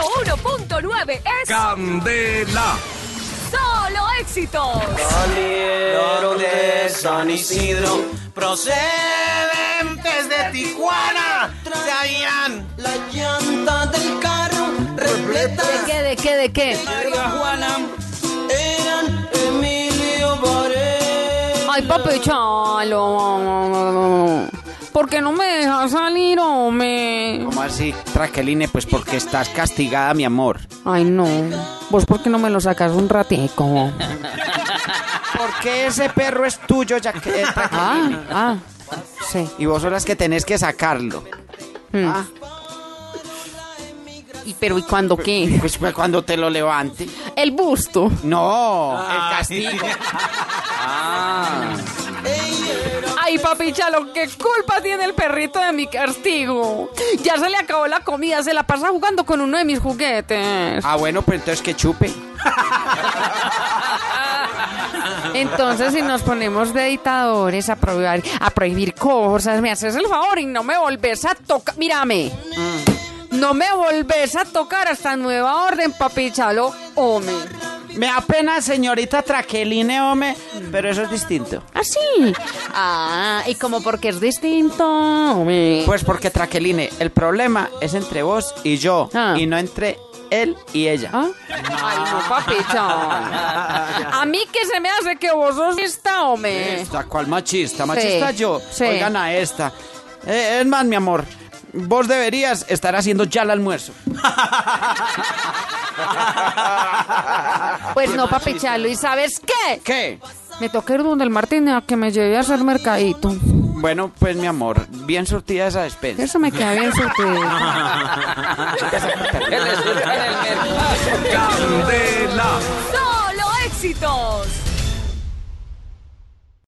101.9 es Candela. Solo Éxitos. Salieron de San Isidro, procedentes de Tijuana, traían la llanta del carro repleta ¿De qué? marihuana. Eran Emilio Varela. Ay, papi Chalo. ¿Por qué no me dejas salir, hombre? ¿Cómo así, Traqueline? Pues porque estás castigada, mi amor. Ay, no. ¿Vos por qué no me lo sacas un ratico? Porque ese perro es tuyo, ya que Traqueline. Sí. Y vos son las que tenés que sacarlo. Ah, ¿Y cuándo qué? pues cuando te lo levante. El busto. No, el castigo. Ay, papi Chalo, ¿qué culpa tiene el perrito de mi castigo? Ya se le acabó la comida, se la pasa jugando con uno de mis juguetes. Ah, bueno, pues entonces que chupe. Entonces, si nos ponemos de dictadores a prohibir cosas, me haces el favor y no me volvés a tocar. Mírame. No me volvés a tocar hasta nueva orden, papi Chalo. Hombre. Me da pena, señorita Traqueline, hombre, pero eso es distinto. ¿Ah, sí? Ah, ¿y como porque es distinto? Hombre. Pues porque, Traqueline, el problema es entre vos y yo, Ah. y no entre él y ella. ¿Ah? Ay, no, papi Chalo. A mí que se me hace que vos sos esta, hombre. ¿Esta cuál machista? Machista yo. Sí. Oigan a esta. Es más, mi amor, vos deberías estar haciendo ya el almuerzo. Pues no, papi Chalo, ¿y sabes qué? ¿Qué? Me toca ir donde el Martínez a que me lleve a hacer mercadito. Bueno, pues, mi amor, bien surtida esa despensa. Eso me queda bien surtido. Candela.